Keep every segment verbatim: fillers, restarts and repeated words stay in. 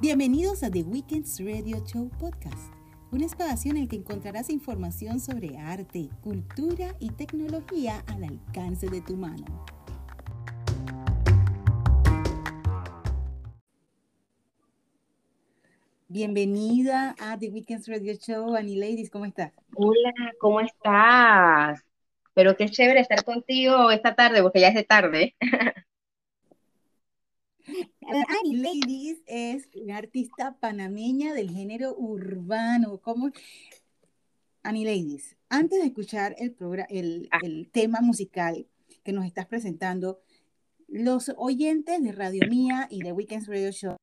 Bienvenidos a The Weekends Radio Show Podcast, un espacio en el que encontrarás información sobre arte, cultura y tecnología al alcance de tu mano. Bienvenida a The Weekends Radio Show, Annie Ladies, ¿cómo estás? Hola, ¿cómo estás? Pero qué chévere estar contigo esta tarde, porque ya es de tarde. Annie Ladies es una artista panameña del género urbano. ¿Cómo? Annie Ladies, antes de escuchar el, programa, el, Ah, el tema musical que nos estás presentando, los oyentes de Radio Mía y de Weekends Radio Show,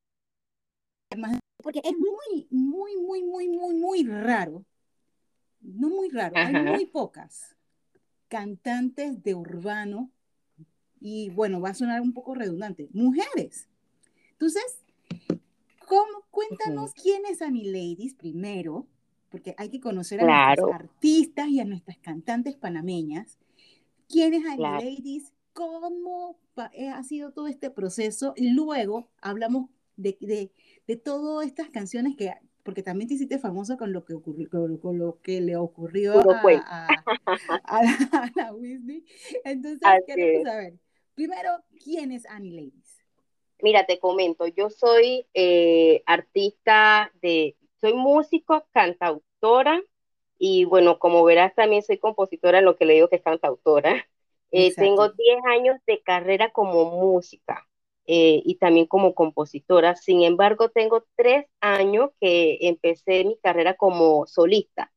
porque es muy, muy, muy, muy, muy, muy raro, no muy raro, hay ajá. muy pocas cantantes de urbano y bueno, va a sonar un poco redundante, mujeres. Entonces, ¿cómo? Ujú. Cuéntanos quién es Annie Ladies primero, porque hay que conocer a nuestras Claro, artistas y a nuestras cantantes panameñas. ¿Quién es Annie claro. Ladies? ¿Cómo eh, ha sido todo este proceso? Y luego hablamos de, de, de todas estas canciones que, porque también te hiciste famosa con lo que, ocurrió, con, con lo que le ocurrió Puro cuento. a, a, a, la, a la Whitney. Entonces, Así queremos es. saber, primero, ¿quién es Annie Ladies? Mira, te comento, yo soy eh, artista de, soy músico, cantautora, y bueno, como verás, también soy compositora, en lo que le digo que es cantautora. Eh, tengo Exacto. diez años de carrera como música eh, y también como compositora. Sin embargo, tengo tres años que empecé mi carrera como solista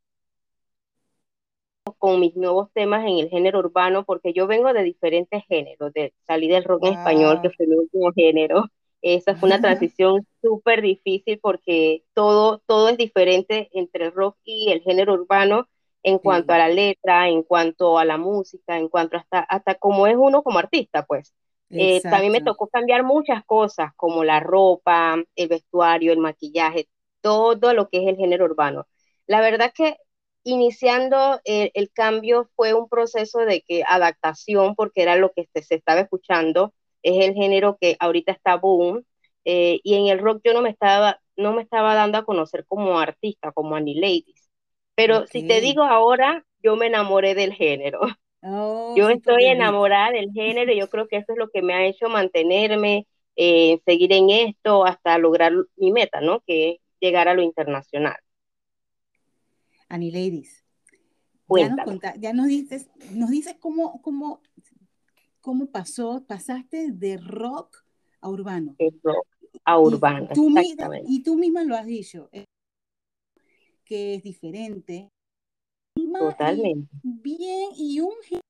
con mis nuevos temas en el género urbano, porque yo vengo de diferentes géneros, de, salí del rock en español, que Wow. fue mi último género. Esa fue una transición súper difícil porque todo, todo es diferente entre el rock y el género urbano en cuanto a Sí, la letra, en cuanto a la música, en cuanto hasta, hasta cómo es uno como artista, pues. Eh, también me exacto. tocó cambiar muchas cosas, como la ropa, el vestuario, el maquillaje, todo lo que es el género urbano. La verdad que iniciando el, el, cambio fue un proceso de que adaptación, porque era lo que se, se estaba escuchando, es el género que ahorita está boom, eh, y en el rock yo no me estaba, no me estaba dando a conocer como artista, como Annie Ladies. Pero Ok. si te digo ahora, yo me enamoré del género. Oh, Yo sí, porque estoy el beat. enamorada del género y yo creo que eso es lo que me ha hecho mantenerme, eh, seguir en esto hasta lograr mi meta, ¿no? Que es llegar a lo internacional. Annie Ladies. Ya nos Cuéntame. conta, ya nos dices, nos dices cómo, cómo, cómo pasó, pasaste de rock a urbano. Es rock a Y urbano, tú, exactamente. y tú misma lo has dicho, eh, que es diferente. Y Totalmente. bien, y un género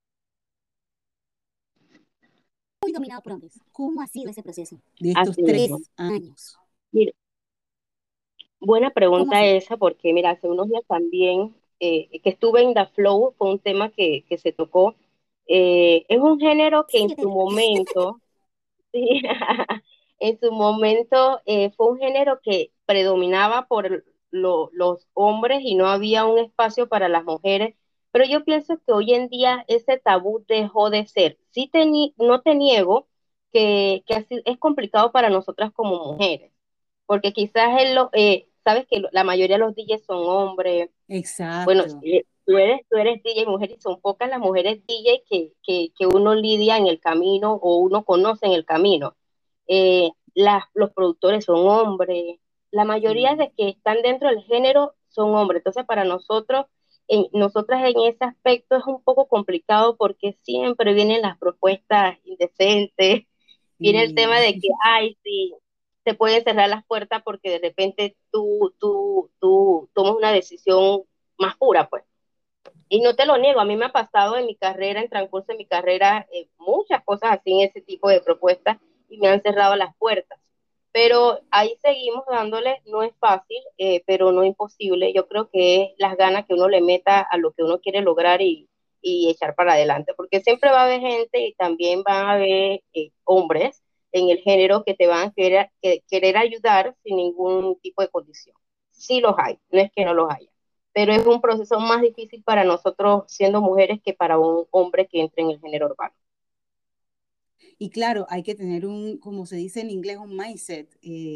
muy dominado por hombres. ¿Cómo ha sido ese proceso de estos Así tres mismo. años? Mira, buena ¿Cómo ha pregunta sido? esa, porque mira, hace unos días también eh, que estuve en The Flow, fue un tema que, que se tocó. Eh, es un género que Sí, en yo te su digo. momento, sí, en su momento eh, fue un género que predominaba por lo- los hombres y no había un espacio para las mujeres. Pero yo pienso que hoy en día ese tabú dejó de ser. Sí te ni- no te niego que, que así es complicado para nosotras como mujeres, porque quizás él lo, eh, sabes que la mayoría de los D Js son hombres. Bueno, Exacto. eh, tú eres, tú eres D J mujer y son pocas las mujeres D J que, que, que uno lidia en el camino o uno conoce en el camino. Eh, las, los productores son hombres, la mayoría Sí. de que están dentro del género son hombres. Entonces, para nosotros, en, nosotras en ese aspecto es un poco complicado porque siempre vienen las propuestas indecentes, viene el tema de que, Sí. ay, sí, te pueden cerrar las puertas porque de repente tú, tú, tú tomas una decisión más pura, pues. Y no te lo niego, a mí me ha pasado en mi carrera, en transcurso de mi carrera, eh, muchas cosas así en ese tipo de propuestas y me han cerrado las puertas. Pero ahí seguimos dándole, no es fácil, eh, pero no imposible. Yo creo que es las ganas que uno le meta a lo que uno quiere lograr y, y echar para adelante, porque siempre va a haber gente y también van a haber eh, hombres en el género que te van a querer, que, querer ayudar sin ningún tipo de condición. Sí los hay, no es que no los haya, pero es un proceso más difícil para nosotros siendo mujeres que para un hombre que entre en el género urbano. Y claro, hay que tener un, como se dice en inglés, un mindset, eh,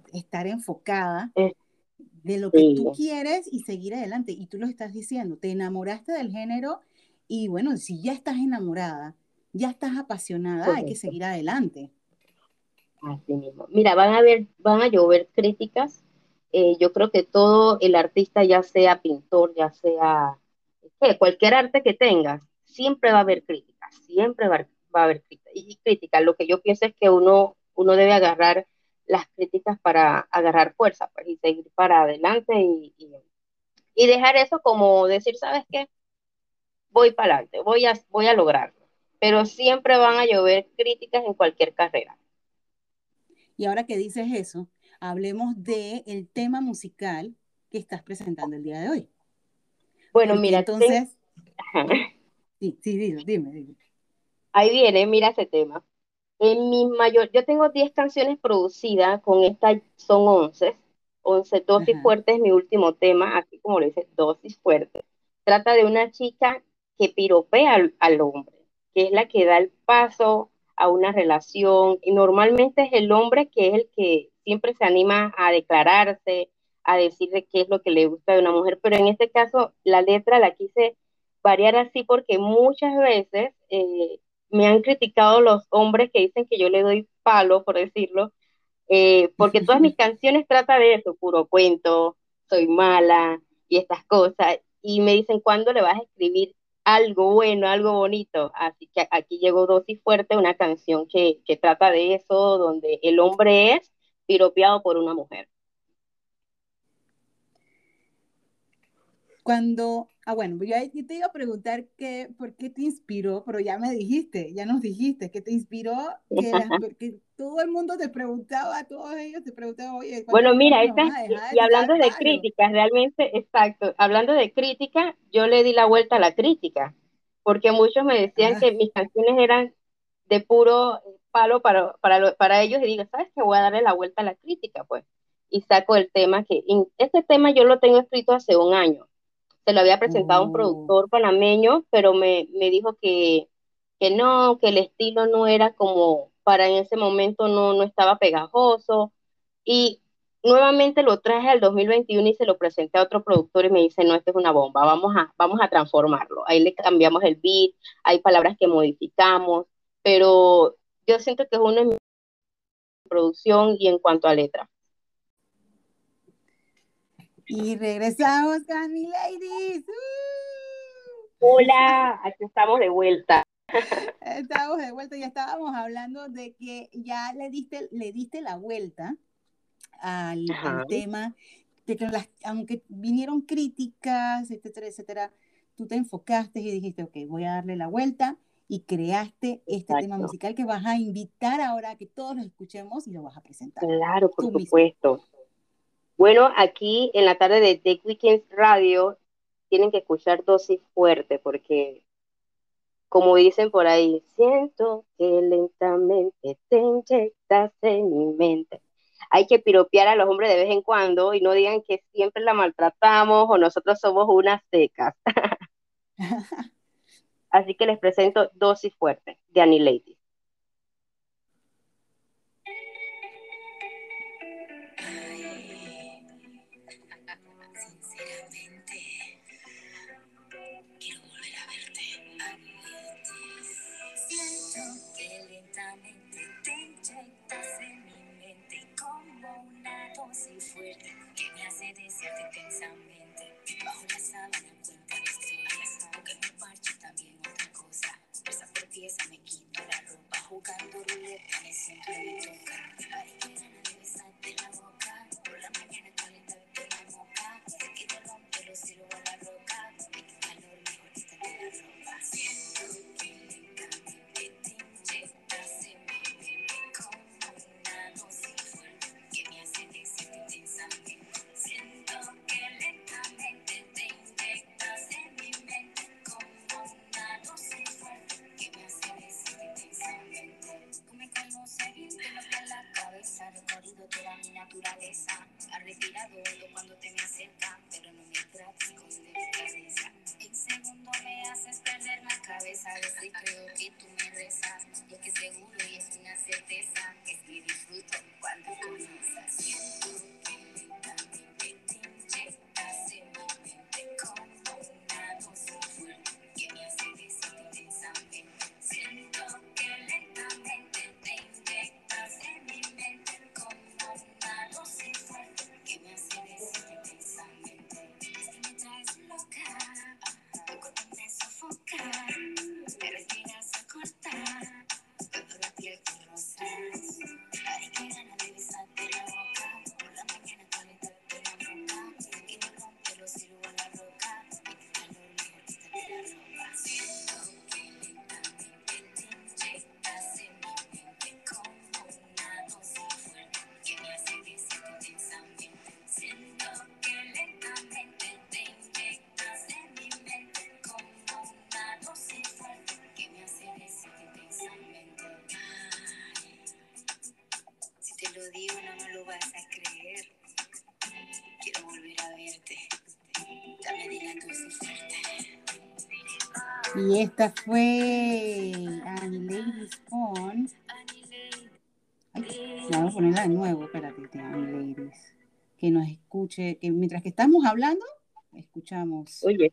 estar enfocada Es- de lo que sí, tú quieres y seguir adelante. Y tú lo estás diciendo, te enamoraste del género y bueno, si ya estás enamorada, ya estás apasionada, hay que correcto. seguir adelante. Así mismo. Mira, van a ver, van a llover críticas. Eh, yo creo que todo el artista, ya sea pintor, ya sea que cualquier arte que tengas, siempre va a haber críticas, siempre va, va a haber críticas. Y críticas, lo que yo pienso es que uno, uno debe agarrar las críticas para agarrar fuerza, pues, y seguir para adelante y, y, y dejar eso como decir, ¿sabes qué? Voy para adelante, voy a, voy a lograrlo. Pero siempre van a llover críticas en cualquier carrera. Y ahora que dices eso, hablemos del tema musical que estás presentando el día de hoy. Bueno, Porque mira, ten, entonces, sí, sí, dime, dime, dime. ahí viene, mira ese tema. En mi mayor, yo tengo diez canciones producidas, con esta son once, once dosis Ajá. fuertes es mi último tema, así como lo dice, dosis fuertes. Trata de una chica que piropea al, al hombre, que es la que da el paso a una relación, y normalmente es el hombre que es el que siempre se anima a declararse, a decir de qué es lo que le gusta de una mujer, pero en este caso la letra la quise variar así porque muchas veces eh, me han criticado los hombres que dicen que yo le doy palo, por decirlo, eh, porque todas mis canciones tratan de eso, puro cuento, soy mala y estas cosas, y me dicen, ¿cuándo le vas a escribir algo bueno, algo bonito? Así que aquí llegó Dosis Fuerte, una canción que, que trata de eso, donde el hombre es piropeado por una mujer. Cuando, ah, bueno, yo, yo te iba a preguntar que, por qué te inspiró, pero ya me dijiste, ya nos dijiste que te inspiró, que, las, que todo el mundo te preguntaba, todos ellos te preguntaban, oye, ¿cuándo, Bueno, mira, ¿cuándo nos esta, vas a y, dejar de y hablando tirar de palo? críticas, realmente, exacto, hablando de crítica, yo le di la vuelta a la crítica, porque muchos me decían Ah, que mis canciones eran de puro palo para, para, lo- para ellos, y digo, ¿sabes qué? Voy a darle la vuelta a la crítica, pues, y saco el tema que, y este tema yo lo tengo escrito hace un año, se lo había presentado a un oh, productor panameño, pero me, me dijo que, que no, que el estilo no era como, para en ese momento no, no estaba pegajoso, y nuevamente lo traje al dos mil veintiuno y se lo presenté a otro productor y me dice, no, esto es una bomba, vamos a, vamos a transformarlo. Ahí le cambiamos el beat, hay palabras que modificamos, pero yo siento que es una en mi producción y en cuanto a letra. y regresamos con mi ladies. ¡Uh! Hola, aquí estamos de vuelta. Estamos de vuelta, ya estábamos hablando de que ya le diste, le diste la vuelta al, Ajá, al tema, de que las, aunque vinieron críticas, etcétera, etcétera, tú te enfocaste y dijiste, ok, voy a darle la vuelta y creaste este tema exacto. musical que vas a invitar ahora a que todos lo escuchemos y lo vas a presentar Claro, por tú misma. supuesto. Bueno, aquí en la tarde de The Weekends Radio tienen que escuchar Dosis Fuerte porque, como dicen por ahí, siento que lentamente te inyectas en mi mente. Hay que piropear a los hombres de vez en cuando y no digan que siempre la maltratamos o nosotros somos unas secas. Así que les presento Dosis Fuerte de Annie Lady. Sinceramente, quiero volver a verte. Siento que lentamente te inyectas en mi mente como una dosis fuerte que me hace desearte intensamente. Bajo la sábana cuentan historias, porque me parcho también otra cosa. Pieza por pieza me quito la ropa, jugando ruleta me siento me toca. Ay, qué gana de besarte la boca, por la mañana calentarte la boca. Te quiero romper los cielos a la roca, me quita calor mejor quítate la ropa. Siento que lentamente te inyectas en mi mente como una dosis fuerte que me hace desearte intensamente. Siento que lentamente te inyectas en mi mente como una dosis fuerte que me hace desearte intensamente. Tú me conoces bien de los de la cara. Y esta fue Annie Ladies con... Ay, vamos a ponerla de nuevo, espérate, Annie Ladies. Que nos escuche, que mientras que estamos hablando, escuchamos. Oye,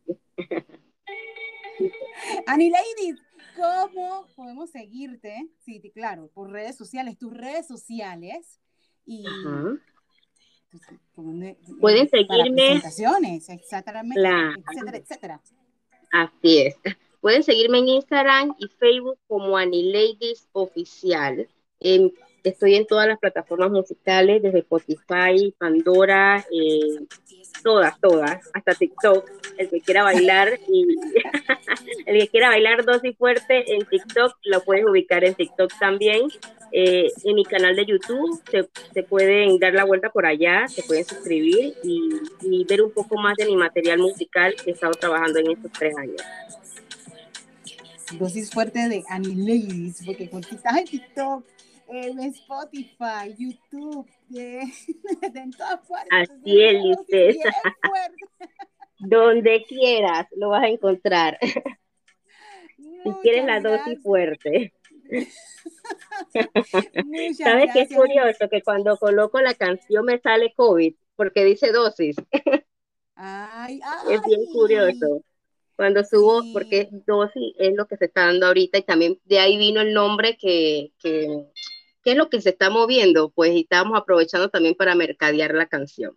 Annie Ladies, ¿cómo podemos seguirte? Sí, claro, por redes sociales, tus redes sociales. Y ajá. pues, Pueden eh, para seguirme, presentaciones, etcétera, la, etcétera, etcétera. así es. Pueden seguirme en Instagram y Facebook como Aniladies Oficial. En- estoy en todas las plataformas musicales, desde Spotify, Pandora, eh, todas, todas, hasta TikTok. El que quiera bailar y el que quiera bailar dosis fuerte en TikTok lo puedes ubicar en TikTok también. Eh, en mi canal de YouTube se, se pueden dar la vuelta por allá, se pueden suscribir y, y ver un poco más de mi material musical que he estado trabajando en estos tres años. Dosis fuerte de Annie Ladies, porque con si estás en TikTok, en Spotify, YouTube, de, de en todas partes, Así estás haciendo es, una dosis Lisbeth. bien fuerte. Donde quieras lo vas a encontrar. Si quieres Muchas la dosis gracias. fuerte. Muchas ¿Sabes qué es gracias, Annie. curioso? Que cuando coloco la canción me sale COVID, porque dice dosis. Ay, Es bien ay. curioso. Cuando subo, porque Sí. dosis es lo que se está dando ahorita y también de ahí vino el nombre que, que, que es lo que se está moviendo, pues y estábamos aprovechando también para mercadear la canción.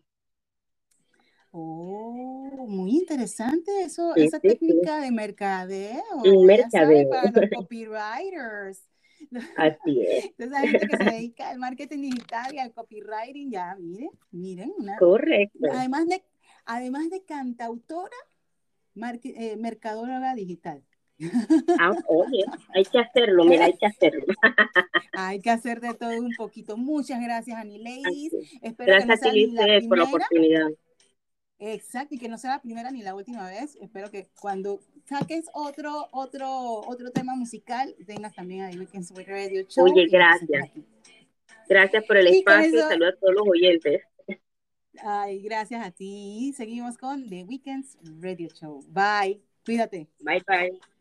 Oh, muy interesante eso, Sí, esa sí, sí. técnica de mercadeo, Un ya sabes, mercadeo. para los copywriters. Así es. Esa gente que se dedica al marketing digital y al copywriting, ya, miren, miren, una, Correcto. además de, además de cantautora, marque, eh, mercadóloga digital. Ah, oye, hay que hacerlo, mira, hay que hacerlo. Hay que hacer de todo un poquito. Muchas gracias, Annie Ladies. Así. Espero que no Gracias a ti, sea ni la Lice, por la primera. oportunidad. Exacto, y que no sea la primera ni la última vez. Espero que cuando saques otro, otro, otro tema musical, tengas también a The Weeknd's Radio Show Oye, y lo presentes gracias. aquí. Gracias por el Y con espacio y eso, saludos a todos los oyentes. ay, gracias a ti. Seguimos con The Weeknd's Radio Show. Bye. Cuídate. Bye, bye.